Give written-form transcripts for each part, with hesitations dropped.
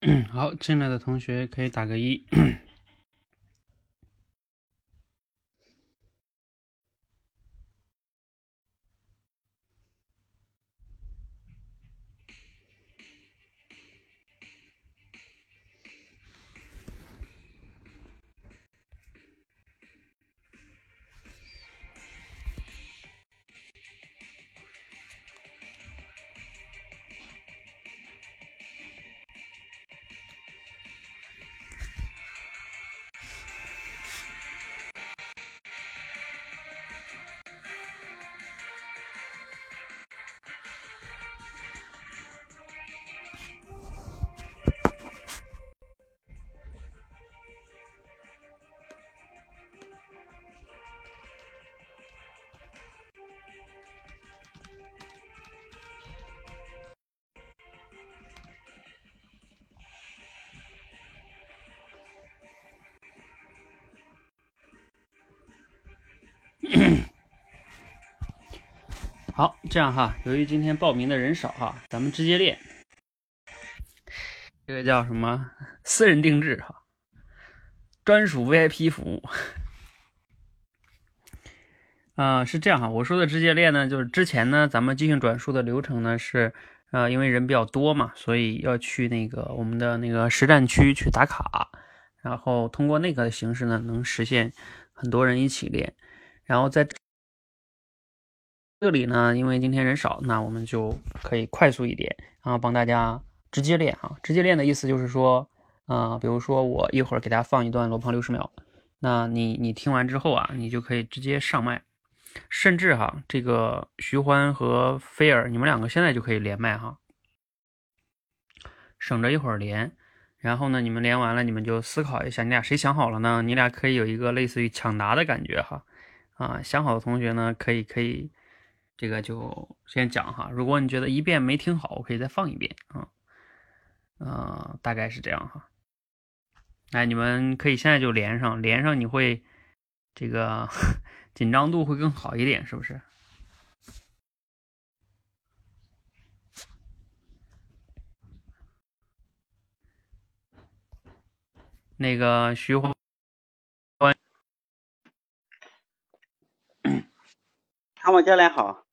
好，进来的同学可以打个1。好，这样哈，由于今天报名的人少哈，咱们直接练。这个叫什么？私人定制哈，专属 VIP 服务。是这样哈，我说的直接练呢，就是之前呢，咱们即兴转述的流程呢是，因为人比较多嘛，所以要去那个我们的那个实战区去打卡，然后通过那个形式呢，能实现很多人一起练，然后在这里呢，因为今天人少，那我们就可以快速一点，然后帮大家直接练啊。直接练的意思就是说，比如说我一会儿给大家放一段罗胖60秒，那你听完之后啊，你就可以直接上麦，甚至哈，这个徐欢和菲尔，你们两个现在就可以连麦哈，省着一会儿连。然后呢，你们连完了，你们就思考一下，你俩谁想好了呢？你俩可以有一个类似于抢答的感觉哈。想好的同学呢，可以。这个就先讲哈，如果你觉得一遍没听好，我可以再放一遍啊，大概是这样哈。哎，你们可以现在就连上，你会这个紧张度会更好一点，是不是？那个徐欢， 汤姆教练好。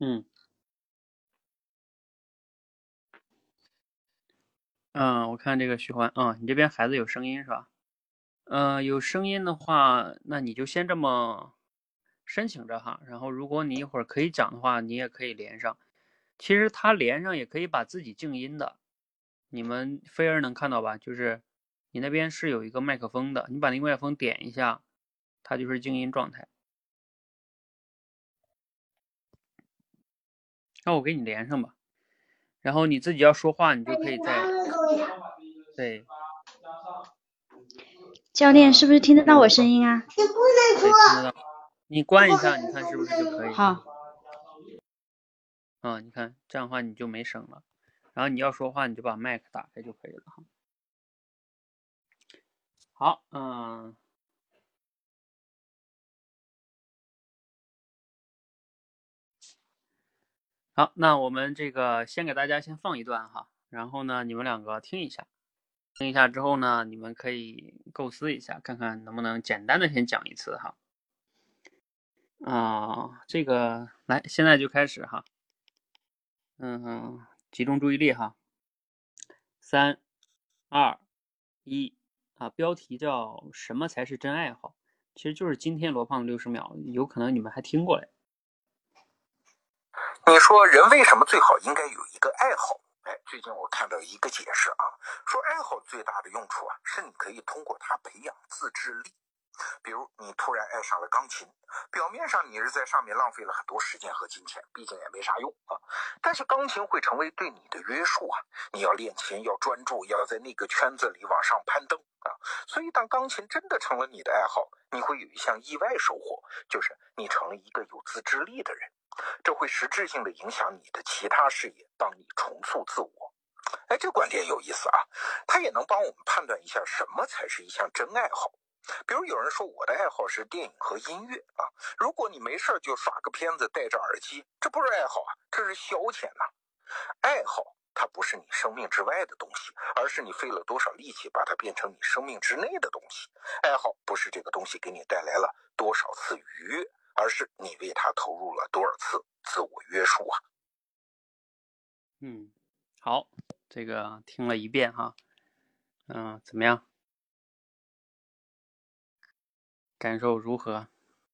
我看这个徐欢，你这边孩子有声音是吧？有声音的话，那你就先这么申请着哈。然后，如果你一会儿可以讲的话，你也可以连上。其实他连上也可以把自己静音的，你们菲儿能看到吧？就是你那边是有一个麦克风的，你把那个麦克风点一下，它就是静音状态。那我给你连上吧，然后你自己要说话，你就可以在对。 教练是不是听得到我声音啊？ 对，听得到。你关一下，你看是不是就可以？ 好。 你看这样的话你就没声了。然后你要说话，你就把麦克打开就可以了哈。好，好，那我们这个先给大家先放一段哈，然后呢，你们两个听一下，之后呢，你们可以构思一下，看看能不能简单的先讲一次哈。这个来，现在就开始哈。集中注意力哈。3、2、1标题叫什么才是真爱好？其实就是今天罗胖的60秒，有可能你们还听过嘞。 你说人为什么最好应该有一个爱好？最近我看到一个解释啊，说爱好最大的用处啊，是你可以通过它培养自制力。比如你突然爱上了钢琴，表面上你是在上面浪费了很多时间和金钱，毕竟也没啥用啊。但是钢琴会成为对你的约束啊，你要练琴，要专注，要在那个圈子里往上攀登啊。所以当钢琴真的成了你的爱好，你会有一项意外收获，就是你成了一个有自制力的人。这会实质性的影响你的其他事业，帮你重塑自我。这观点有意思啊，它也能帮我们判断一下什么才是一项真爱好。比如有人说我的爱好是电影和音乐啊，如果你没事就刷个片子戴着耳机，这不是爱好啊，这是消遣呐。爱好它不是你生命之外的东西，而是你费了多少力气把它变成你生命之内的东西。爱好不是这个东西给你带来了多少次愉悦，而是你为它投入了多少次自我约束啊。 好，这个听了一遍哈，怎么样？感受如何？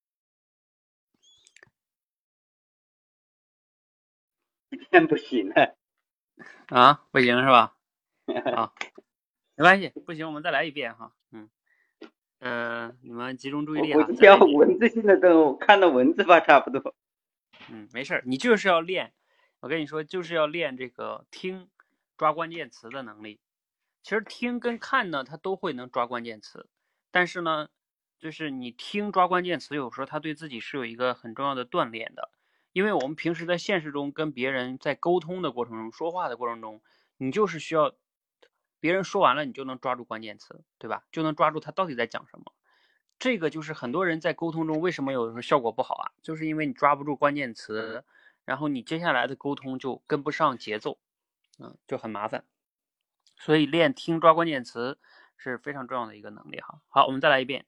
一遍不行了啊，不行是吧？好，没关系，不行我们再来一遍哈。你们集中注意力哈。 我要文字性的都看到文字吧，差不多。 没事，你就是要练。我跟你说，就是要练这个听抓关键词的能力。其实听跟看呢，它都会能抓关键词，但是呢，就是你听抓关键词，有时候它对自己是有一个很重要的锻炼的。因为我们平时在现实中跟别人在沟通的过程中、说话的过程中，你就是需要别人说完了，你就能抓住关键词，对吧？就能抓住他到底在讲什么。这个就是很多人在沟通中为什么有的时候效果不好啊，就是因为你抓不住关键词，然后你接下来的沟通就跟不上节奏，就很麻烦。所以练听抓关键词是非常重要的一个能力哈。好，我们再来一遍。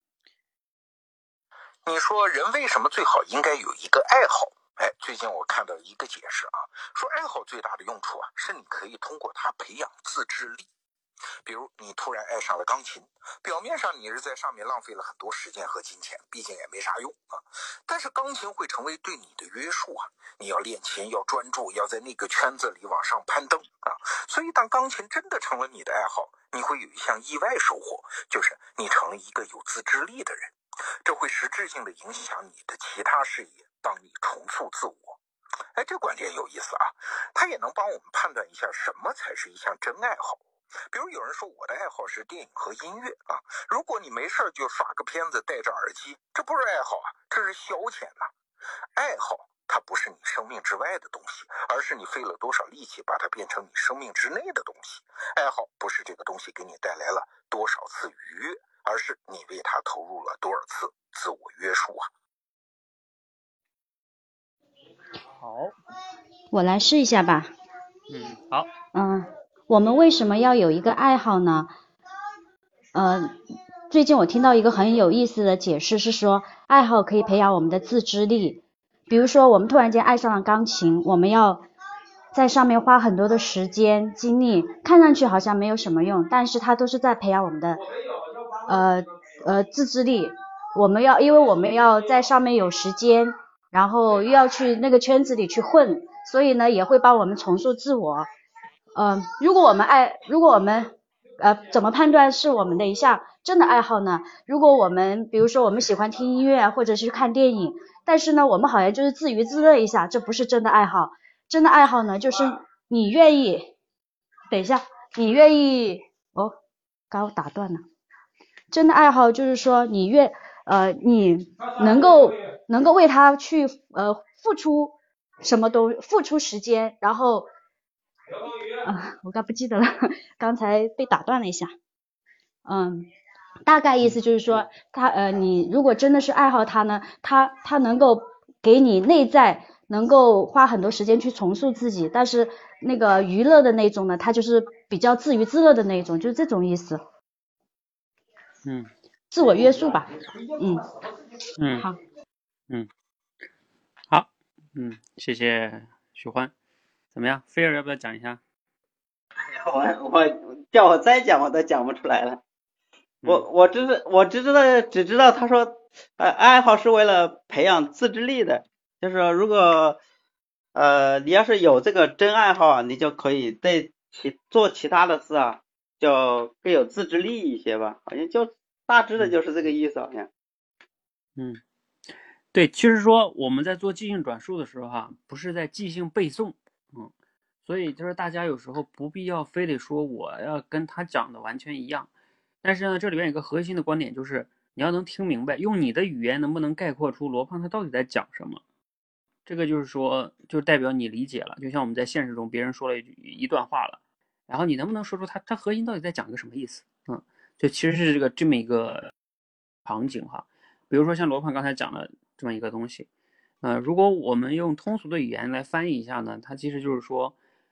你说人为什么最好应该有一个爱好？最近我看到一个解释啊，说爱好最大的用处啊，是你可以通过它培养自制力。比如你突然爱上了钢琴，表面上你是在上面浪费了很多时间和金钱，毕竟也没啥用啊。但是钢琴会成为对你的约束啊，你要练琴，要专注，要在那个圈子里往上攀登啊。所以当钢琴真的成了你的爱好，你会有一项意外收获，就是你成了一个有自制力的人，这会实质性的影响你的其他事业，帮你重塑自我。这观点有意思啊，它也能帮我们判断一下什么才是一项真爱好。比如有人说我的爱好是电影和音乐啊，如果你没事就刷个片子戴着耳机，这不是爱好啊，这是消遣呐。爱好它不是你生命之外的东西，而是你费了多少力气把它变成你生命之内的东西。爱好不是这个东西给你带来了多少次愉悦，而是你为它投入了多少次自我约束啊。 好， 我来试一下吧。 好。 我们为什么要有一个爱好呢？最近我听到一个很有意思的解释，是说爱好可以培养我们的自制力。比如说我们突然间爱上了钢琴，我们要在上面花很多的时间精力，看上去好像没有什么用，但是它都是在培养我们的自制力。因为我们要在上面有时间，然后又要去那个圈子里去混，所以呢也会帮我们重塑自我。如果我们怎么判断是我们的一项真的爱好呢？如果我们比如说我们喜欢听音乐或者是看电影，但是呢我们好像就是自娱自乐一下，这不是真的爱好。真的爱好呢，就是你愿意，等一下，你愿意，刚我打断了。真的爱好就是说你能够为他去付出付出时间，然后我刚不记得了，刚才被打断了一下。大概意思就是说你如果真的是爱好它呢，它能够给你内在能够花很多时间去重塑自己，但是那个娱乐的那种呢，它就是比较自娱自乐的那种，就是这种意思。自我约束吧。好。 好，谢谢许欢。怎么样，菲儿要不要讲一下？ 我叫我再讲我都讲不出来了。我只知道他说爱好是为了培养自制力的，就是说如果你要是有这个真爱好啊，你就可以做其他的事啊，就更有自制力一些吧，好像就大致的就是这个意思好像。 对，其实说我们在做即兴转述的时候不是在即兴背诵，所以就是大家有时候不必要非得说我要跟他讲的完全一样，但是呢，这里边有一个核心的观点，就是你要能听明白，用你的语言能不能概括出罗胖他到底在讲什么，这个就是说，就代表你理解了。就像我们在现实中，别人说了一段话了，然后你能不能说出他核心到底在讲一个什么意思？就其实是这么一个场景哈。比如说像罗胖刚才讲的这么一个东西，如果我们用通俗的语言来翻译一下呢，它其实就是说，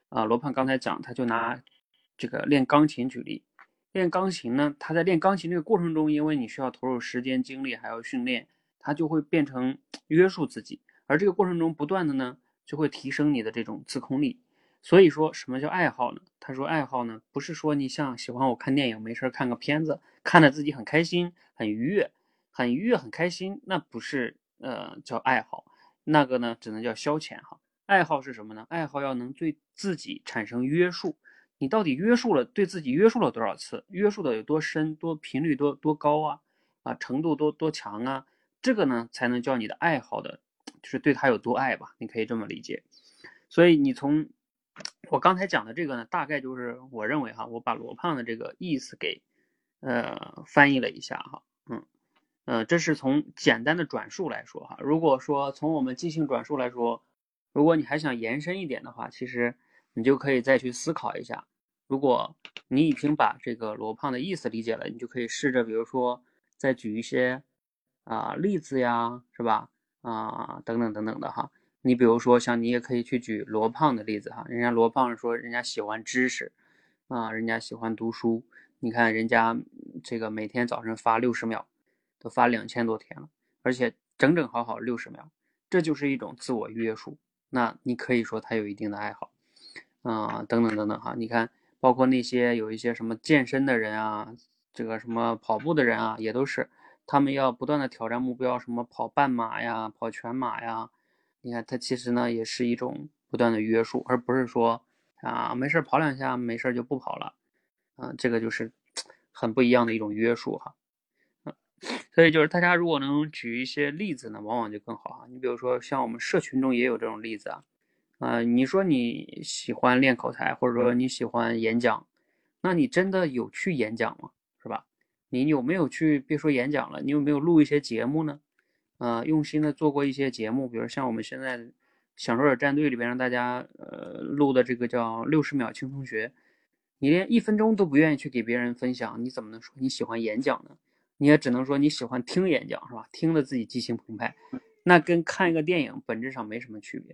罗胖刚才讲，他就拿这个练钢琴举例。练钢琴呢，他在练钢琴这个过程中，因为你需要投入时间、精力，还要训练，他就会变成约束自己，而这个过程中不断的呢，就会提升你的这种自控力。所以说什么叫爱好呢？他说爱好呢，不是说你像喜欢我看电影，没事看个片子，看着自己很开心、很愉悦、很开心，那不是叫爱好，那个呢只能叫消遣哈。爱好是什么呢？爱好要能对自己产生约束。你到底对自己约束了多少次？约束的有多深、频率多高啊？程度多强啊？这个呢才能叫你的爱好的，就是对他有多爱吧？你可以这么理解。所以你从我刚才讲的这个呢，大概就是我认为哈，我把罗胖的这个意思给翻译了一下哈，这是从简单的转述来说哈。如果说从我们即兴转述来说，如果你还想延伸一点的话，其实你就可以再去思考一下。如果你已经把这个罗胖的意思理解了，你就可以试着，比如说再举一些例子呀，是吧？等等等等的哈。你比如说像你也可以去举罗胖的例子哈，人家罗胖说人家喜欢知识人家喜欢读书，你看人家这个每天早晨发60秒，都发2000多天了，而且整整好好60秒，这就是一种自我约束。那你可以说他有一定的爱好等等等等哈。你看包括那些有一些什么健身的人啊，这个什么跑步的人啊，也都是他们要不断的挑战目标，什么跑半马呀，跑全马呀。你看它其实呢也是一种不断的约束，而不是说没事跑2下，没事就不跑了这个就是很不一样的一种约束哈。所以就是大家如果能举一些例子呢，往往就更好哈。你比如说像我们社群中也有这种例子你说你喜欢练口才，或者说你喜欢演讲，那你真的有去演讲吗？是吧？你有没有去，别说演讲了，你有没有录一些节目呢？用心的做过一些节目，比如像我们现在享受者战队里边让大家录的这个叫60秒轻松学，你连1分钟都不愿意去给别人分享，你怎么能说你喜欢演讲呢？你也只能说你喜欢听演讲，是吧？听得自己激情澎湃，那跟看一个电影本质上没什么区别。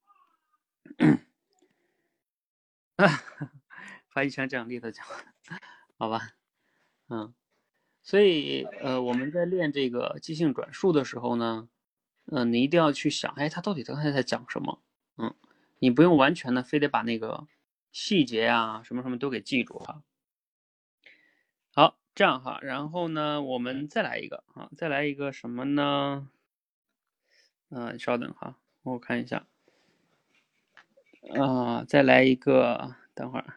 把以前奖励都讲了，好吧？所以我们在练这个即兴转述的时候呢，你一定要去想，他到底刚才在讲什么？你不用完全的非得把那个细节什么什么都给记住哈。好，这样哈，然后呢，我们再来一个再来一个什么呢？稍等哈，我看一下。再来一个，等会儿，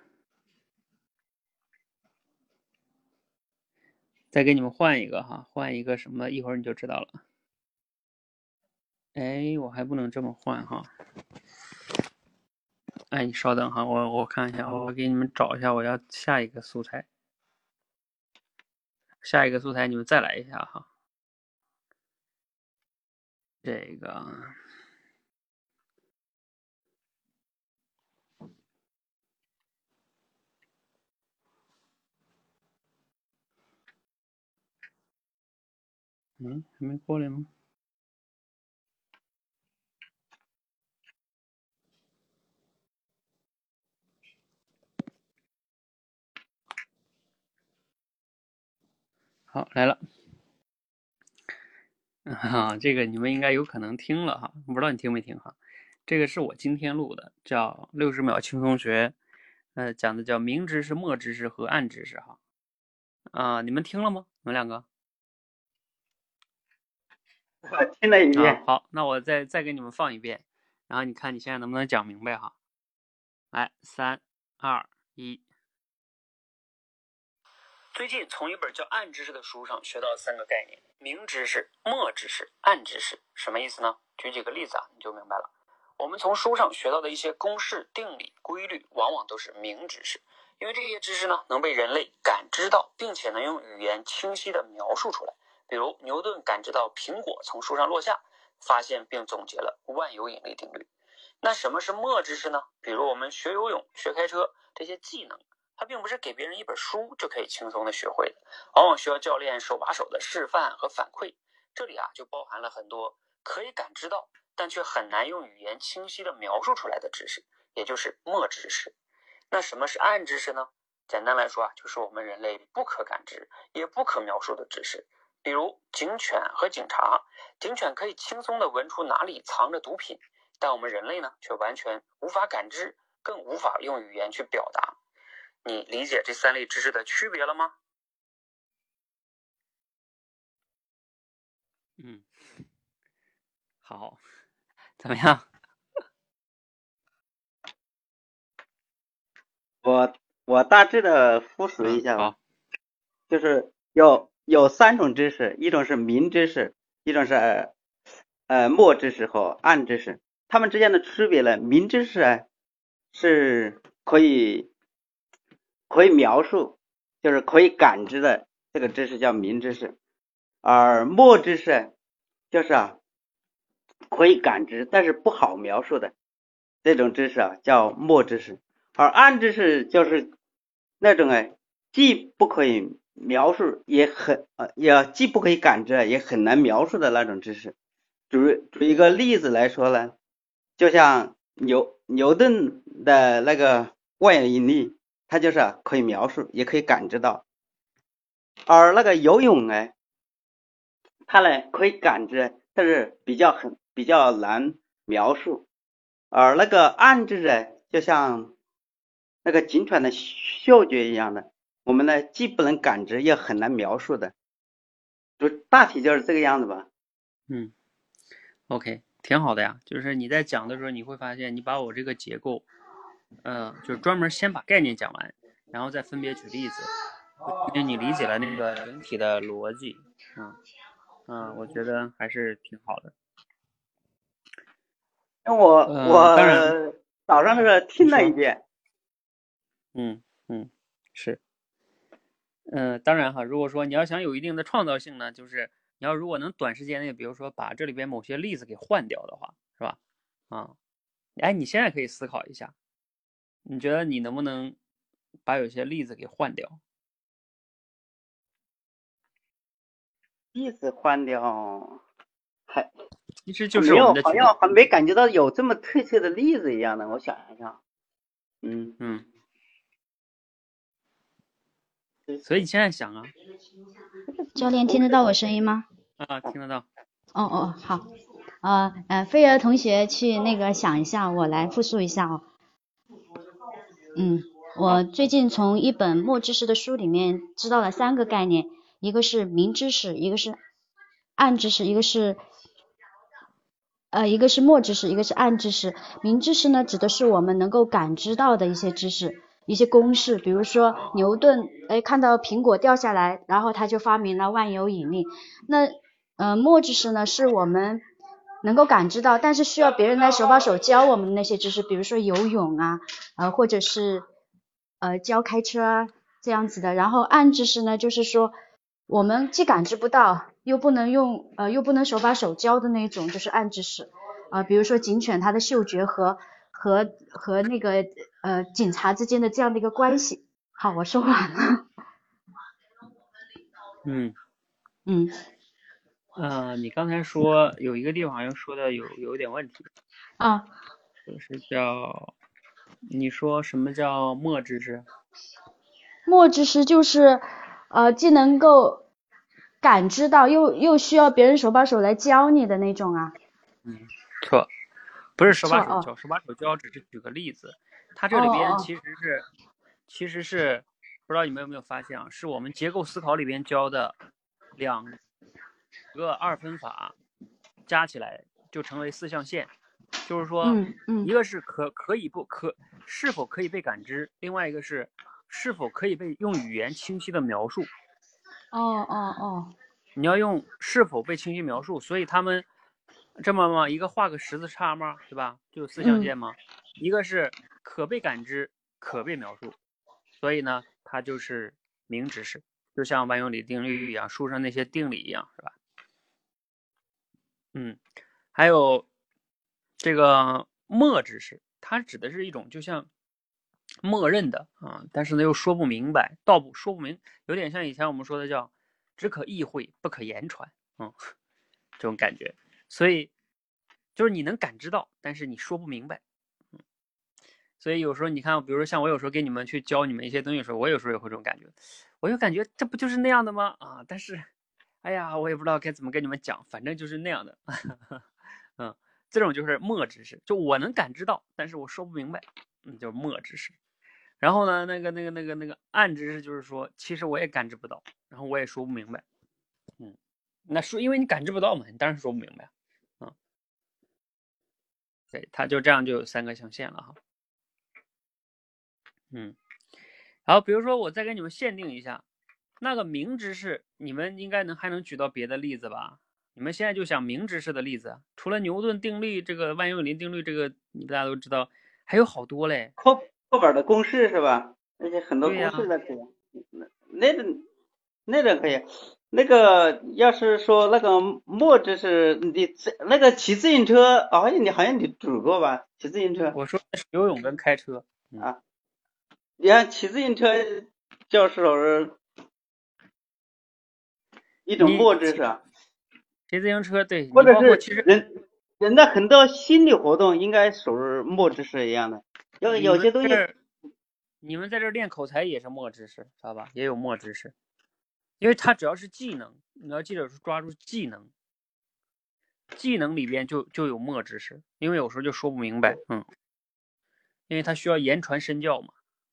再给你们换一个哈，换一个什么？一会儿你就知道了。我还不能这么换哈。你稍等哈，我看一下，我给你们找一下，我要下一个素材。下一个素材你们再来一下哈。这个。还没过来吗？好，来了。这个你们应该有可能听了哈，不知道你听没听哈。这个是我今天录的，叫60秒轻松学，讲的叫明知识、默知识和暗知识哈。你们听了吗？你们两个？ 我听了一遍。 好，那我再给你们放一遍，然后你看你现在能不能讲明白哈？来，3、2、1。最近从一本叫《暗知识》的书上学到3个概念：明知识、默知识、暗知识。什么意思呢？举几个例子你就明白了。我们从书上学到的一些公式、定理、规律，往往都是明知识，因为这些知识呢，能被人类感知到，并且能用语言清晰地描述出来。比如牛顿感知到苹果从树上落下，发现并总结了万有引力定律。那什么是默知识呢？比如我们学游泳、学开车这些技能，它并不是给别人一本书就可以轻松的学会的，往往需要教练手把手的示范和反馈。这里就包含了很多可以感知到但却很难用语言清晰的描述出来的知识， 也就是默知识。那什么是暗知识呢？简单来说啊，就是我们人类不可感知也不可描述的知识。比如警犬和警察，警犬可以轻松地闻出哪里藏着毒品，但我们人类呢，却完全无法感知，更无法用语言去表达。你理解这3类知识的区别了吗？好，怎么样？ 我大致的复述一下吧，就是有3种知识，一种是明知识，一种是默知识和暗知识。它们之间的区别呢，明知识是可以描述，就是可以感知的，这个知识叫明知识，而默知识就是可以感知但是不好描述的这种知识叫默知识，而暗知识就是那种既不可以描述也既不可以感知也很难描述的那种知识。举一个例子来说呢，就像牛顿的那个万有引力，它就是可以描述也可以感知到，而那个游泳它呢可以感知，但是比较难描述。而那个暗知识就像那个警犬的嗅觉一样的，我们呢既不能感知也很难描述的，就大体就是这个样子吧。 OK， 挺好的呀。就是你在讲的时候，你会发现你把我这个结构，就是专门先把概念讲完，然后再分别举例子，因为你理解了那个整体的逻辑，我觉得还是挺好的。 因为我当然早上的时候听了一遍。 是。当然哈，如果说你要想有一定的创造性呢，就是你要如果能短时间内，比如说把这里边某些例子给换掉的话，是吧？你现在可以思考一下，你觉得你能不能把有些例子给换掉？ 例子换掉， 其实就是我们的好像还没感觉到有这么特切的例子一样的。我想一下， 所以你现在想啊。 教练听得到我声音吗？ 听得到。 好。菲儿同学去那个想一下，我来复述一下哦。我最近从一本默知识的书里面知道了3个概念，一个是明知识，一个是暗知识，一个是默知识，一个是暗知识。明知识呢，指的是我们能够感知到的一些知识，一些公式，比如说牛顿看到苹果掉下来，然后他就发明了万有引力。那默知识呢，是我们能够感知到，但是需要别人来手把手教我们的那些知识，比如说游泳或者是教开车这样子的。然后暗知识呢，就是说我们既感知不到，又不能手把手教的那种，就是暗知识。比如说警犬它的嗅觉和那个警察之间的这样的一个关系。好，我说完了。 你刚才说有一个地方好像说的有点问题。就是叫你说什么叫默知识？ 默知识就是既能够感知到，又需要别人手把手来教你的那种啊。 错，不是手把手教，手把手教只是举个例子。它这里边其实是不知道你们有没有发现是我们结构思考里边教的2个二分法加起来就成为4象限。就是说一个是是否可以被感知，另外一个是否可以被用语言清晰的描述。你要用是否被清晰描述，所以他们这么嘛，一个画个十字叉嘛，对吧？就有4象限嘛。一个是可被感知，可被描述，所以呢，它就是明知识，就像万有引力定律一样，书上那些定理一样，是吧？还有这个默知识，它指的是一种就像默认的但是呢又说不明白，说不明，有点像以前我们说的叫只可意会不可言传，这种感觉。所以就是你能感知到，但是你说不明白。 所以有时候你看，比如说像我有时候给你们去教你们一些东西的时候，我有时候也会这种感觉，我就感觉这不就是那样的吗？啊，但是，哎呀，我也不知道该怎么跟你们讲，反正就是那样的。嗯，这种就是默知识，就我能感知到，但是我说不明白，就是默知识。然后呢，那个暗知识就是说，其实我也感知不到，然后我也说不明白。那说因为你感知不到嘛，你当然说不明白。对，它就这样就有3个象限了哈。然后比如说我再给你们限定一下，那个明知识，你们应该还能举到别的例子吧？你们现在就想明知识的例子，除了牛顿定律这个万有引力定律这个，大家都知道，还有好多嘞。 课本的公式是吧？那些很多对呀公式的可以，那个可以。那个要是说那个墨知识，你那个骑自行车，你好像你组过吧？骑自行车我说的是游泳跟开车。 啊，你看骑自行车就是一种墨知识啊， 骑自行车，对或者你包括其实人的很多心理活动应该属于墨知识一样的，有些东西。 你们在这练口才也是默知识，知道吧？也有默知识，因为它只要是技能，你要记得抓住技能，技能里边就有默知识，因为有时候就说不明白，因为它需要言传身教嘛，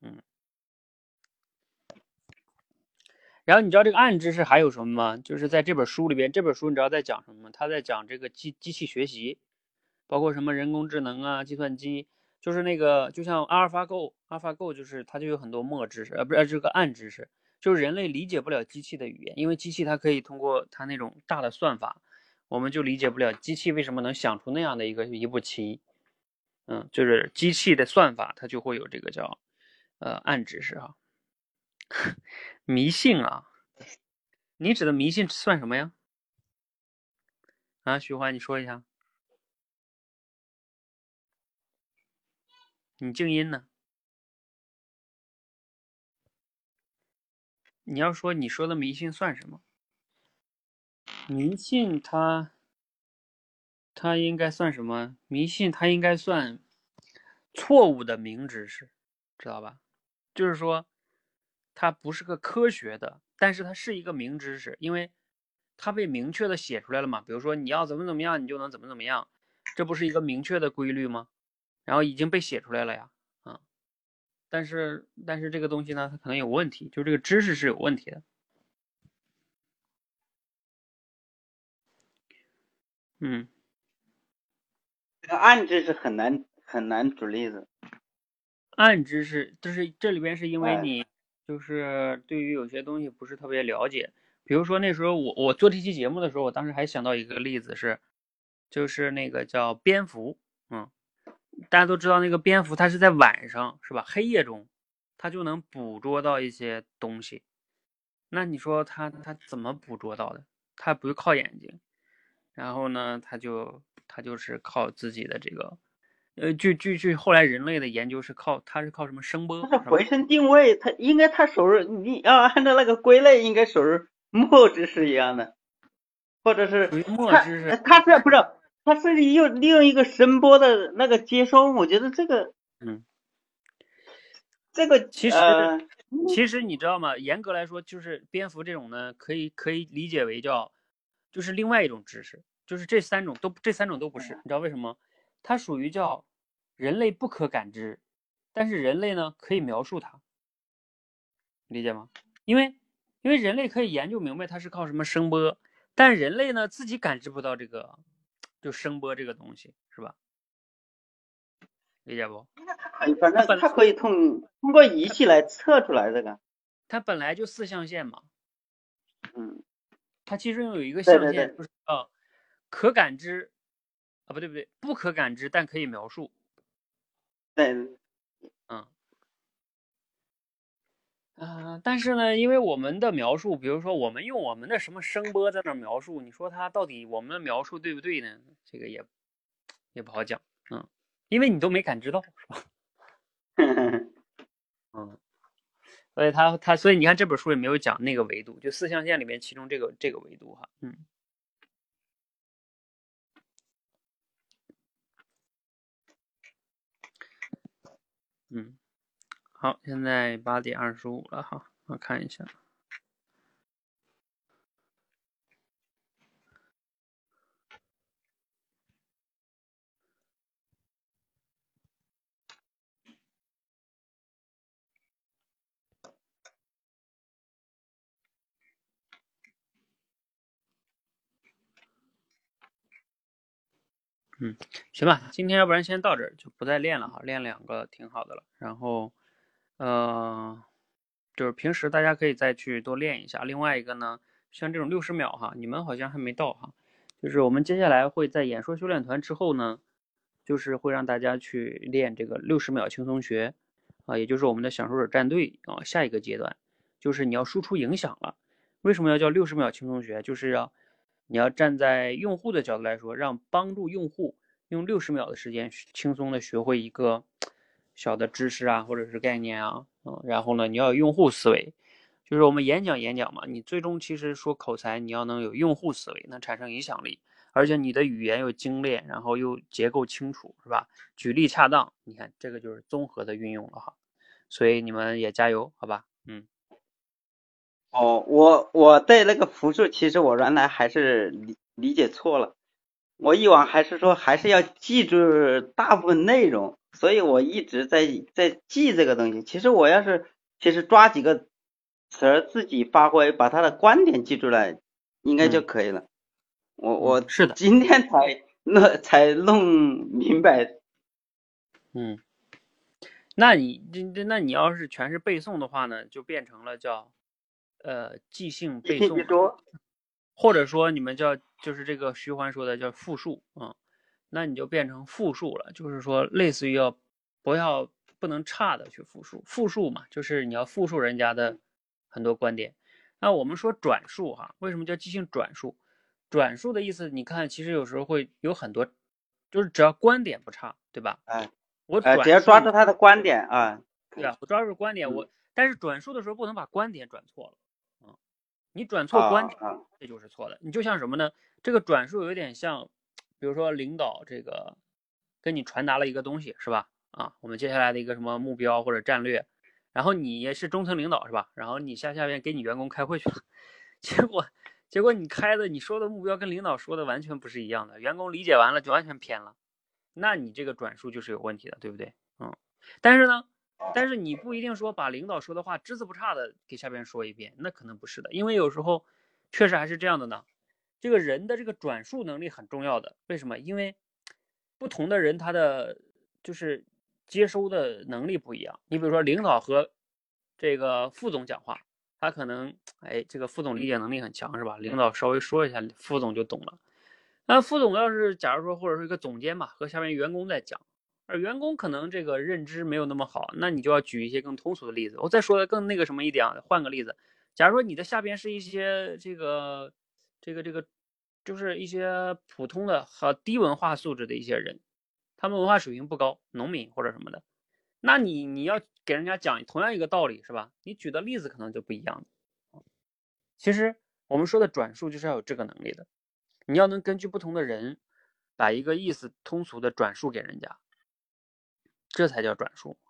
然后你知道这个暗知识还有什么吗？就是在这本书里边，这本书你知道在讲什么吗？它在讲这个机器学习，包括什么人工智能啊、计算机，就是那个就像阿尔法狗就是它就有很多默知识，不是这个暗知识，就是人类理解不了机器的语言，因为机器它可以通过它那种大的算法，我们就理解不了机器为什么能想出那样的一步棋，就是机器的算法它就会有这个叫暗知识啊，迷信啊，你指的迷信算什么呀？啊，徐欢，你说一下，你静音呢？你要说你说的迷信算什么？迷信它应该算什么？迷信它应该算错误的明知识，知道吧？就是说它不是个科学的，但是它是一个明知识，因为它被明确的写出来了嘛。比如说你要怎么怎么样，你就能怎么怎么样，这不是一个明确的规律吗？然后已经被写出来了呀，但是这个东西呢，它可能有问题，就这个知识是有问题的。 这个暗知识很难举例子。 暗知识就是这里边是因为你就是对于有些东西不是特别了解，比如说那时候我做这期节目的时候，我当时还想到一个例子是，就是那个叫蝙蝠，大家都知道那个蝙蝠它是在晚上是吧，黑夜中，它就能捕捉到一些东西，那你说它怎么捕捉到的？它不是靠眼睛，然后呢，它就是靠自己的这个。据后来人类的研究是靠什么声波？ 它是回声定位，它属于你要按照那个归类，应该属于墨知识一样的，或者是属于墨知识。 它是不是它是利用一个声波的那个接收？我觉得这个其实你知道吗？严格来说，就是蝙蝠这种呢，可以理解为叫就是另外一种知识，就是这三种都不是，你知道为什么？它属于叫人类不可感知，但是人类呢可以描述它，理解吗？因为人类可以研究明白它是靠什么声波，但人类呢自己感知不到这个就声波这个东西，是吧？理解不？ 反正它可以通过仪器来测出来这个。 它本来就4象限嘛，它其中有一个对象限就是可感知不对，不可感知但可以描述。 对。 但是呢，因为我们的描述，比如说我们用我们的什么声波在那描述，你说它到底我们的描述对不对呢？这个也不好讲，因为你都没感知到，是吧？所以你看这本书也没有讲那个维度，就4象限里面其中这个维度哈， 好，现在8:25了哈，我看一下。行吧，今天要不然先到这儿，就不再练了哈，练2个挺好的了。然后，就是平时大家可以再去多练一下。另外一个呢，像这种60秒哈，你们好像还没到哈，就是我们接下来会在演说修炼团之后呢，就是会让大家去练这个60秒轻松学啊，也就是我们的享受者战队啊，下一个阶段就是你要输出影响了。为什么要叫60秒轻松学？就是你要站在用户的角度来说，帮助用户用60秒的时间轻松的学会一个小的知识啊，或者是概念啊，然后呢，你要有用户思维，就是我们演讲嘛，你最终其实说口才，你要能有用户思维，能产生影响力，而且你的语言又精炼，然后又结构清楚，是吧？举例恰当，你看这个就是综合的运用了哈，所以你们也加油，好吧？ 我对那个复述，其实我原来还是理解错了。我以往还是说还是要记住大部分内容，所以我一直在记这个东西。其实抓几个词儿自己发挥，把他的观点记出来，应该就可以了。我是的， 今天才弄明白。 那你要是全是背诵的话呢，就变成了叫即兴背诵，或者说你们就是这个徐环说的叫复述啊，那你就变成复述了，就是说类似于不能差的去复述嘛，就是你要复述人家的很多观点。那我们说转述哈，为什么叫即兴转述？转述的意思，你看其实有时候会有很多，就是只要观点不差，对吧？ 只要抓住他的观点啊， 对啊，我抓住观点，但是转述的时候不能把观点转错了，你转错观点，这就是错的。你就像什么呢？这个转述有点像，比如说领导这个跟你传达了一个东西，是吧？我们接下来的一个什么目标或者战略，然后你也是中层领导，是吧？然后你下面给你员工开会去了，结果你说的目标跟领导说的完全不是一样的，员工理解完了就完全偏了，那你这个转述就是有问题的，对不对？但是你不一定说把领导说的话只字不差的给下边说一遍，那可能不是的，因为有时候确实还是这样的呢。这个人的这个转述能力很重要的，为什么？因为不同的人他的就是接收的能力不一样。你比如说领导和这个副总讲话，他可能这个副总理解能力很强，是吧？领导稍微说一下，副总就懂了。那副总要是假如说或者是一个总监吧，和下面员工在讲。而员工可能这个认知没有那么好，那你就要举一些更通俗的例子。我再说的更那个什么一点啊，换个例子，假如说你的下边是一些这个，就是一些普通的和低文化素质的一些人，他们文化水平不高，农民或者什么的，那你要给人家讲同样一个道理是吧？你举的例子可能就不一样。其实我们说的转述就是要有这个能力的，你要能根据不同的人，把一个意思通俗的转述给人家。这才叫转述。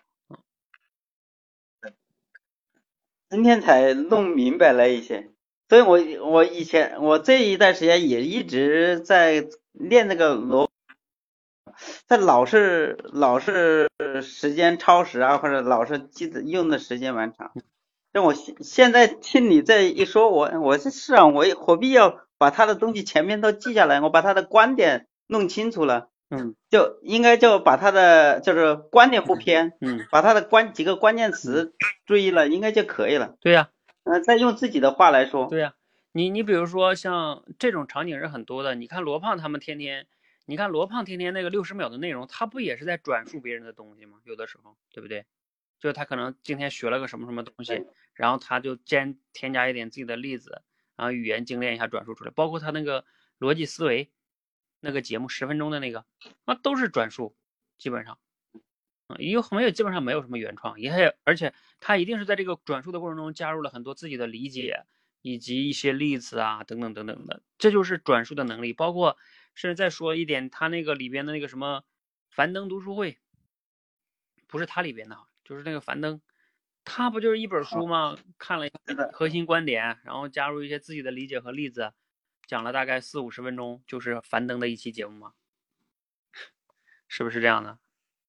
今天才弄明白了一些，所以我这一段时间也一直在练那个但老是时间超时啊，或者老是记得用的时间蛮长。但我现在听你这一说，我是啊，我何必要把他的东西前面都记下来？我把他的观点弄清楚了，就应该就把他的就是观点不偏，把他的几个关键词注意了，应该就可以了。 对呀， 再用自己的话来说， 对呀，你比如说像这种场景是很多的。你看罗胖他们天天那个60秒的内容，他不也是在转述别人的东西吗？有的时候，对不对？就他可能今天学了个什么什么东西，然后他就添加一点自己的例子，然后语言精炼一下转述出来。包括他那个逻辑思维那个节目10分钟的那个，那都是转述，基本上。基本上没有什么原创，而且他一定是在这个转述的过程中加入了很多自己的理解，以及一些例子啊等等等等的，这就是转述的能力。包括甚至再说一点，他那个里边的那个什么樊登读书会， 不是它里边的，就是那个樊登，他不就是一本书吗？看了一是的， 核心观点，然后加入一些自己的理解和例子，讲了大概40-50分钟，就是樊登的一期节目嘛，是不是这样的？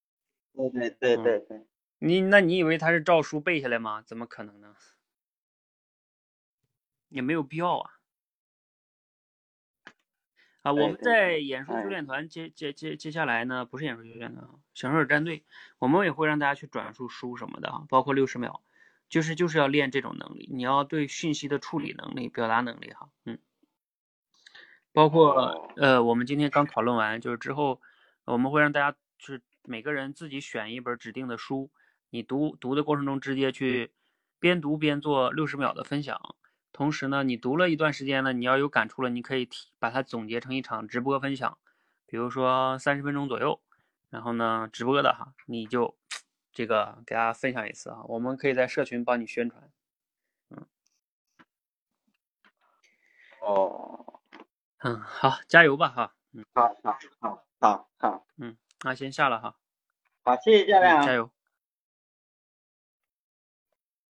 对， 你以为他是照书背下来吗？怎么可能呢？也没有必要啊。我们在演说修炼团接下来呢，不是演说修炼团，享受者战队，我们也会让大家去转述书什么的啊，包括60秒，就是要练这种能力，你要对讯息的处理能力、表达能力哈，包括我们今天刚讨论完，就是之后我们会让大家就是每个人自己选一本指定的书，你读的过程中直接去边读边做60秒的分享。同时呢，你读了一段时间呢，你要有感触了，你可以把它总结成一场直播分享，比如说30分钟左右，然后呢直播的哈，你就这个给大家分享一次啊，我们可以在社群帮你宣传。好，加油吧哈。 好， 那先下了哈。 好，谢谢教练啊。 加油。